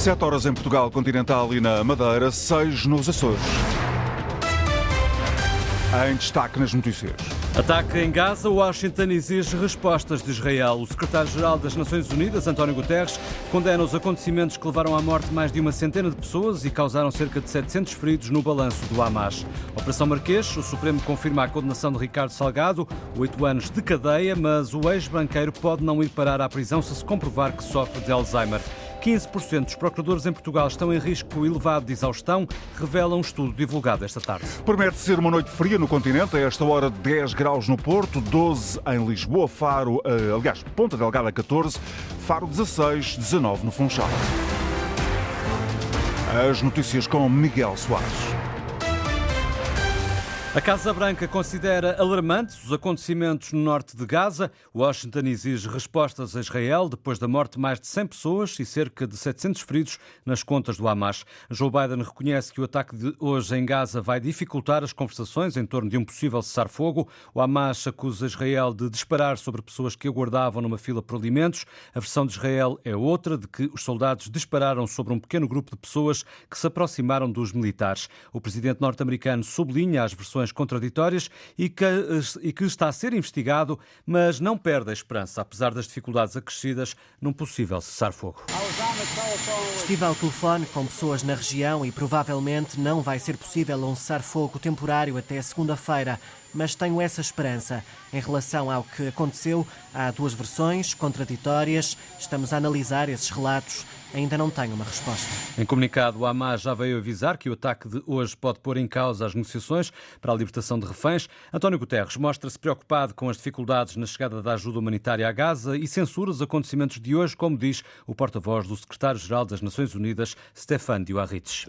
7 horas em Portugal continental e na Madeira, 6 nos Açores. Em destaque nas notícias. Ataque em Gaza, Washington exige respostas de Israel. O secretário-geral das Nações Unidas, António Guterres, condena os acontecimentos que levaram à morte mais de uma centena de pessoas e causaram cerca de 700 feridos no balanço do Hamas. Operação Marquês, o Supremo confirma a condenação de Ricardo Salgado, 8 anos de cadeia, mas o ex-banqueiro pode não ir parar à prisão se comprovar que sofre de Alzheimer. 15% dos procuradores em Portugal estão em risco elevado de exaustão, revela um estudo divulgado esta tarde. Promete ser uma noite fria no continente. A esta hora, 10 graus no Porto, 12 em Lisboa, Ponta Delgada 14, Faro 16, 19 no Funchal. As notícias com Miguel Soares. A Casa Branca considera alarmantes os acontecimentos no norte de Gaza. Washington exige respostas a Israel depois da morte de mais de 100 pessoas e cerca de 700 feridos nas contas do Hamas. Joe Biden reconhece que o ataque de hoje em Gaza vai dificultar as conversações em torno de um possível cessar-fogo. O Hamas acusa Israel de disparar sobre pessoas que aguardavam numa fila por alimentos. A versão de Israel é outra, de que os soldados dispararam sobre um pequeno grupo de pessoas que se aproximaram dos militares. O presidente norte-americano sublinha as versões contraditórias e que está a ser investigado, mas não perde a esperança, apesar das dificuldades acrescidas num possível cessar-fogo. Estive ao telefone com pessoas na região e provavelmente não vai ser possível um cessar-fogo temporário até segunda-feira, mas tenho essa esperança. Em relação ao que aconteceu, há duas versões contraditórias. Estamos a analisar esses relatos. Ainda não tenho uma resposta. Em comunicado, o Hamas já veio avisar que o ataque de hoje pode pôr em causa as negociações para a libertação de reféns. António Guterres mostra-se preocupado com as dificuldades na chegada da ajuda humanitária a Gaza e censura os acontecimentos de hoje, como diz o porta-voz do secretário-geral das Nações Unidas, Stefan Dujarric. O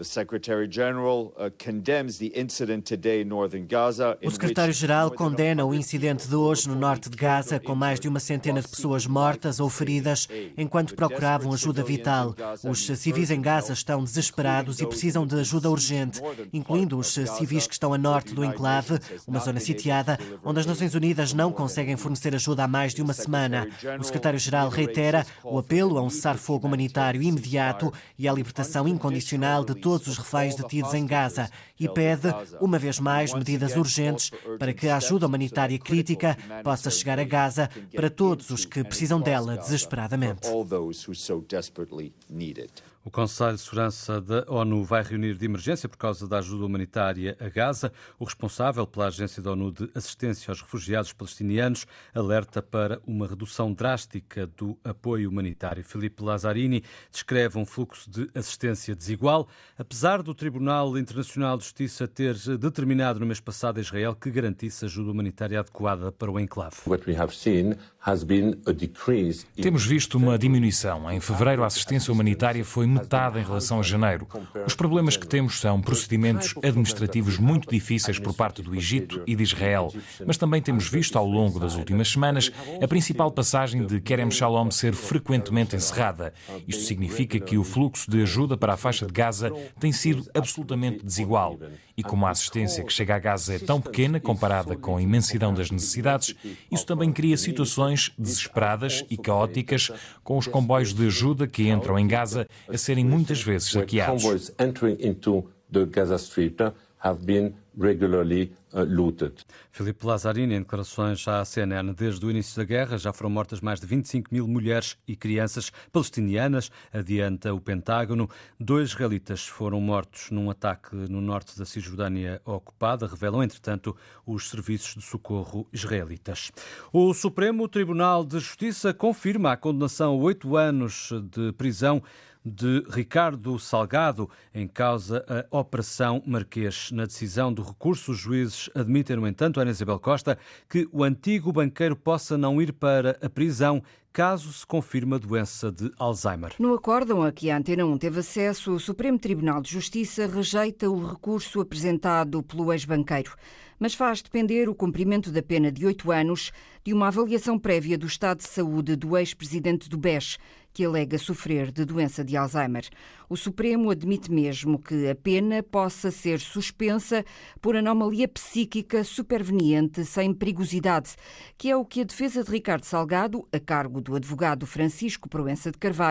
secretário-geral condena o incidente de hoje no norte de Gaza, com mais de uma centena de pessoas mortas ou feridas enquanto procuravam ajuda vital. Os civis em Gaza estão desesperados e precisam de ajuda urgente, incluindo os civis que estão a norte do enclave, uma zona sitiada, onde as Nações Unidas não conseguem fornecer ajuda há mais de uma semana. O secretário-geral reitera o apelo a um cessar-fogo humanitário imediato e à libertação incondicional de todos os reféns detidos em Gaza e pede, uma vez mais, medidas urgentes para que a ajuda humanitária crítica possa chegar a Gaza para todos os que precisam dela desesperadamente. O Conselho de Segurança da ONU vai reunir de emergência por causa da ajuda humanitária a Gaza. O responsável pela Agência da ONU de Assistência aos Refugiados Palestinianos alerta para uma redução drástica do apoio humanitário. Filipe Lazzarini descreve um fluxo de assistência desigual, apesar do Tribunal Internacional de Justiça ter determinado no mês passado a Israel que garantisse ajuda humanitária adequada para o enclave. Temos visto uma diminuição. Em fevereiro, a assistência humanitária foi metade em relação a janeiro. Os problemas que temos são procedimentos administrativos muito difíceis por parte do Egito e de Israel, mas também temos visto ao longo das últimas semanas a principal passagem de Kerem Shalom ser frequentemente encerrada. Isto significa que o fluxo de ajuda para a faixa de Gaza tem sido absolutamente desigual. E como a assistência que chega a Gaza é tão pequena comparada com a imensidão das necessidades, isso também cria situações desesperadas e caóticas, com os comboios de ajuda que entram em Gaza a serem muitas vezes saqueados. Filipe Lazzarini, em declarações à CNN, desde o início da guerra já foram mortas mais de 25 mil mulheres e crianças palestinianas, adianta o Pentágono. 2 israelitas foram mortos num ataque no norte da Cisjordânia ocupada, revelam, entretanto, os serviços de socorro israelitas. O Supremo Tribunal de Justiça confirma a condenação a 8 anos de prisão de Ricardo Salgado, em causa a Operação Marquês. Na decisão do recurso, os juízes admitem, no entanto, Ana Isabel Costa, que o antigo banqueiro possa não ir para a prisão caso se confirme a doença de Alzheimer. No acórdão a que a Antena 1 teve acesso, o Supremo Tribunal de Justiça rejeita o recurso apresentado pelo ex-banqueiro, mas faz depender o cumprimento da pena de 8 anos de uma avaliação prévia do estado de saúde do ex-presidente do BES, que alega sofrer de doença de Alzheimer. O Supremo admite mesmo que a pena possa ser suspensa por anomalia psíquica superveniente sem perigosidade, que é o que a defesa de Ricardo Salgado, a cargo do advogado Francisco Proença de Carvalho,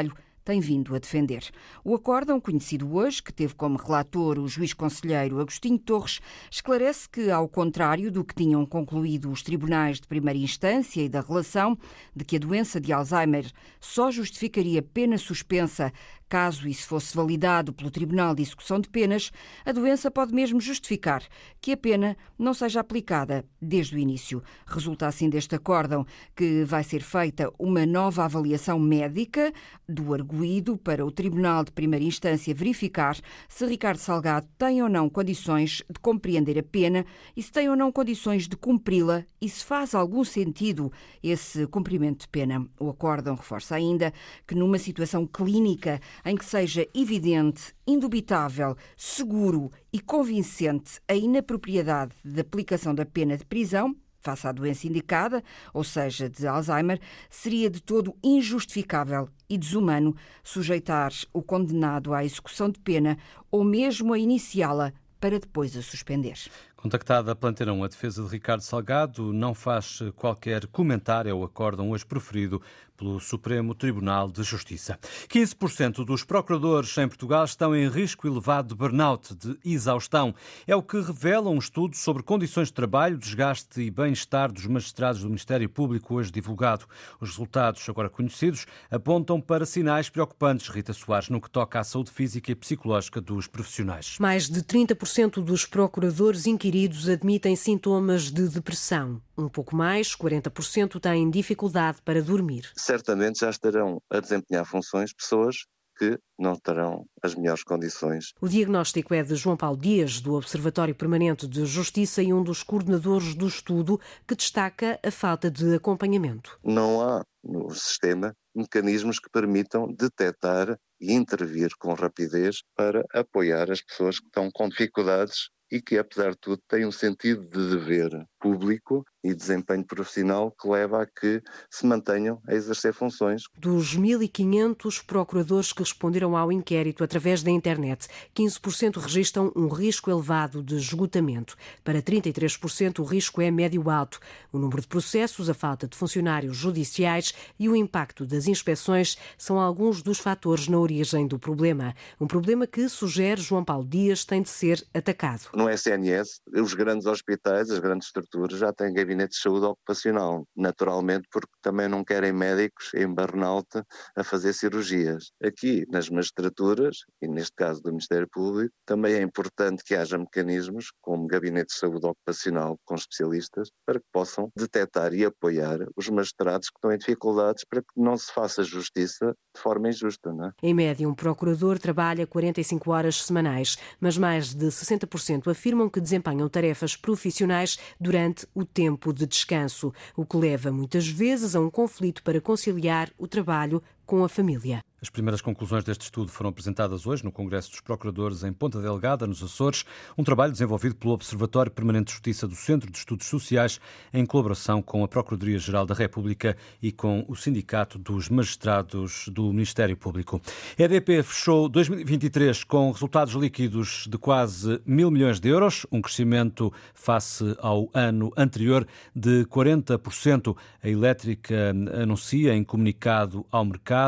tem vindo a defender. O acórdão, conhecido hoje, que teve como relator o juiz conselheiro Agostinho Torres, esclarece que, ao contrário do que tinham concluído os tribunais de primeira instância e da relação de que a doença de Alzheimer só justificaria pena suspensa caso isso fosse validado pelo Tribunal de Execução de Penas, a doença pode mesmo justificar que a pena não seja aplicada desde o início. Resulta assim deste acórdão que vai ser feita uma nova avaliação médica do arguido para o Tribunal de Primeira Instância verificar se Ricardo Salgado tem ou não condições de compreender a pena e se tem ou não condições de cumpri-la e se faz algum sentido esse cumprimento de pena. O acórdão reforça ainda que numa situação clínica em que seja evidente, indubitável, seguro e convincente a inapropriedade da aplicação da pena de prisão, face à doença indicada, ou seja, de Alzheimer, seria de todo injustificável e desumano sujeitar o condenado à execução de pena ou mesmo a iniciá-la para depois a suspender. Contactada pela Antena 1, a defesa de Ricardo Salgado não faz qualquer comentário ao acórdão hoje proferido pelo Supremo Tribunal de Justiça. 15% dos procuradores em Portugal estão em risco elevado de burnout, de exaustão. É o que revela um estudo sobre condições de trabalho, desgaste e bem-estar dos magistrados do Ministério Público, hoje divulgado. Os resultados, agora conhecidos, apontam para sinais preocupantes, Rita Soares, no que toca à saúde física e psicológica dos profissionais. Mais de 30% dos procuradores inquiridos admitem sintomas de depressão. Um pouco mais, 40%, têm dificuldade para dormir. Certamente já estarão a desempenhar funções pessoas que não terão as melhores condições. O diagnóstico é de João Paulo Dias, do Observatório Permanente de Justiça e um dos coordenadores do estudo, que destaca a falta de acompanhamento. Não há no sistema mecanismos que permitam detectar e intervir com rapidez para apoiar as pessoas que estão com dificuldades e que, apesar de tudo, têm um sentido de dever público e desempenho profissional que leva a que se mantenham a exercer funções. Dos 1.500 procuradores que responderam ao inquérito através da internet, 15% registram um risco elevado de esgotamento. Para 33%, o risco é médio-alto. O número de processos, a falta de funcionários judiciais e o impacto das inspeções são alguns dos fatores na origem do problema. Um problema que, sugere João Paulo Dias, tem de ser atacado. No SNS, os grandes hospitais, as grandes estruturas já têm gabinetes de saúde ocupacional, naturalmente porque também não querem médicos em burnout a fazer cirurgias. Aqui, nas magistraturas, e neste caso do Ministério Público, também é importante que haja mecanismos, como gabinetes de saúde ocupacional com especialistas, para que possam detectar e apoiar os magistrados que estão em dificuldades para que não se faça justiça de forma injusta, não é? Em média, um procurador trabalha 45 horas semanais, mas mais de 60% afirmam que desempenham tarefas profissionais durante o tempo de descanso, o que leva muitas vezes a um conflito para conciliar o trabalho com a família. As primeiras conclusões deste estudo foram apresentadas hoje no Congresso dos Procuradores em Ponta Delgada, nos Açores, um trabalho desenvolvido pelo Observatório Permanente de Justiça do Centro de Estudos Sociais, em colaboração com a Procuradoria-Geral da República e com o Sindicato dos Magistrados do Ministério Público. A EDP fechou 2023 com resultados líquidos de quase 1.000 milhões de euros, um crescimento face ao ano anterior de 40%. A elétrica anuncia em comunicado ao mercado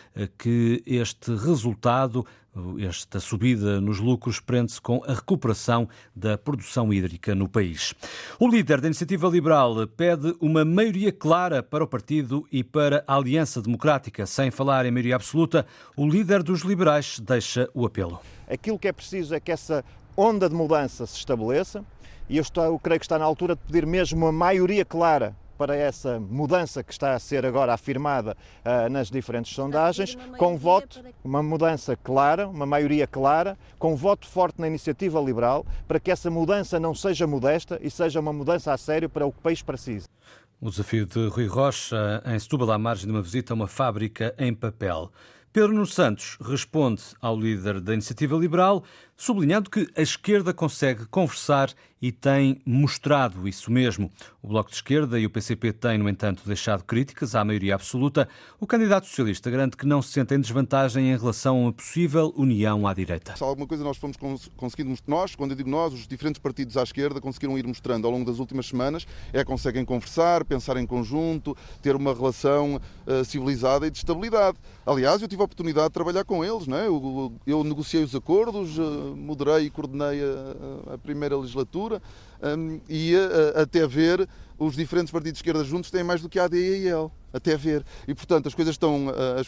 que este resultado, esta subida nos lucros, prende-se com a recuperação da produção hídrica no país. O líder da Iniciativa Liberal pede uma maioria clara para o partido e para a Aliança Democrática. Sem falar em maioria absoluta, o líder dos liberais deixa o apelo. Aquilo que é preciso é que essa onda de mudança se estabeleça e eu creio que está na altura de pedir mesmo uma maioria clara para essa mudança que está a ser agora afirmada nas diferentes sondagens, com voto, uma mudança clara, uma maioria clara, com voto forte na Iniciativa Liberal, para que essa mudança não seja modesta e seja uma mudança a sério para o que o país precisa. O desafio de Rui Rocha, em Setúbal, à margem de uma visita a uma fábrica em papel. Pedro Nuno Santos responde ao líder da Iniciativa Liberal, sublinhando que a esquerda consegue conversar e tem mostrado isso mesmo. O Bloco de Esquerda e o PCP têm, no entanto, deixado críticas à maioria absoluta. O candidato socialista garante que não se sente em desvantagem em relação a uma possível união à direita. Se alguma coisa nós fomos conseguindo, nós, quando eu digo nós, os diferentes partidos à esquerda conseguiram ir mostrando ao longo das últimas semanas, conseguem conversar, pensar em conjunto, ter uma relação civilizada e de estabilidade. Aliás, eu tive tive a oportunidade de trabalhar com eles, não é? Eu negociei os acordos, moderei e coordenei a primeira legislatura e até ver os diferentes partidos de esquerda juntos têm mais do que a AD e a IEL. Até ver. E, portanto, as coisas estão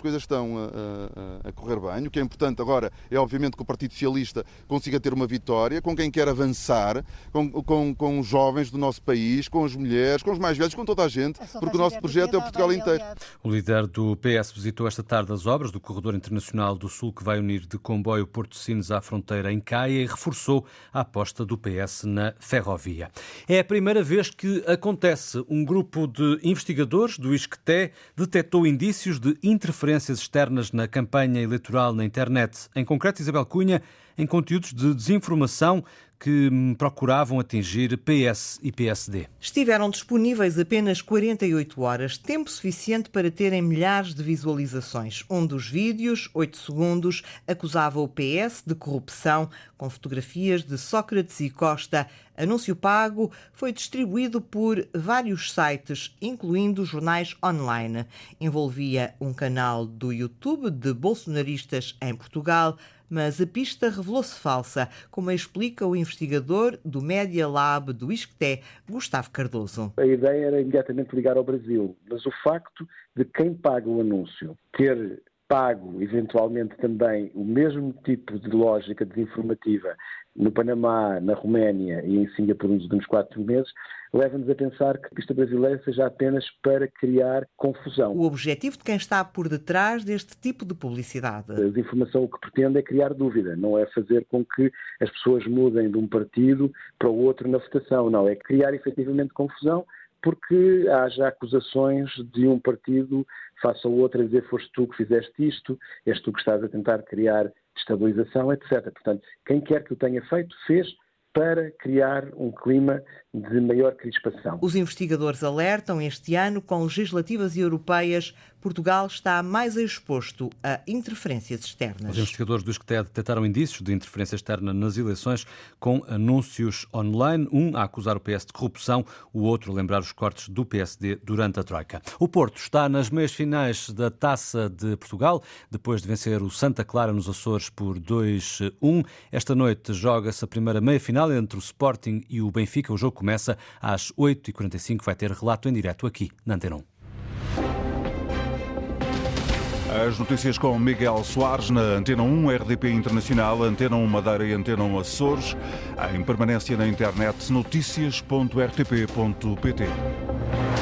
a correr bem. O que é importante agora é, obviamente, que o Partido Socialista consiga ter uma vitória com quem quer avançar, com os jovens do nosso país, com as mulheres, com os mais velhos, com toda a gente, porque o nosso projeto é o Portugal inteiro. O líder do PS visitou esta tarde as obras do Corredor Internacional do Sul, que vai unir de comboio Porto de Sines à fronteira em Caia, e reforçou a aposta do PS na ferrovia. É a primeira vez que acontece. Um grupo de investigadores do ISCTE detectou indícios de interferências externas na campanha eleitoral na internet. Em concreto, Isabel Cunha, em conteúdos de desinformação que procuravam atingir PS e PSD. Estiveram disponíveis apenas 48 horas, tempo suficiente para terem milhares de visualizações. Um dos vídeos, 8 segundos, acusava o PS de corrupção, com fotografias de Sócrates e Costa. Anúncio pago foi distribuído por vários sites, incluindo jornais online. Envolvia um canal do YouTube de bolsonaristas em Portugal, mas a pista revelou-se falsa, como explica o investigador do Media Lab do ISCTE, Gustavo Cardoso. A ideia era imediatamente ligar ao Brasil, mas o facto de quem paga o anúncio ter pago, eventualmente, também o mesmo tipo de lógica desinformativa no Panamá, na Roménia e em Singapura nos últimos 4 meses, leva-nos a pensar que a pista brasileira seja apenas para criar confusão. O objetivo de quem está por detrás deste tipo de publicidade. A desinformação o que pretende é criar dúvida, não é fazer com que as pessoas mudem de um partido para o outro na votação, não, é criar efetivamente confusão, porque haja acusações de um partido face ao outro a dizer foste tu que fizeste isto, és tu que estás a tentar criar destabilização, etc. Portanto, quem quer que o tenha feito, fez para criar um clima de maior crispação. Os investigadores alertam, este ano, com legislativas europeias, Portugal está mais exposto a interferências externas. Os investigadores do ISCTE detectaram indícios de interferência externa nas eleições com anúncios online, um a acusar o PS de corrupção, o outro a lembrar os cortes do PSD durante a Troika. O Porto está nas meias finais da Taça de Portugal, depois de vencer o Santa Clara nos Açores por 2-1. Esta noite joga-se a primeira meia-final entre o Sporting e o Benfica. O jogo começa às 8h45, vai ter relato em direto aqui na Antena 1. As notícias com Miguel Soares na Antena 1, RDP Internacional, Antena 1 Madeira e Antena 1 Açores. Em permanência na internet, notícias.rtp.pt.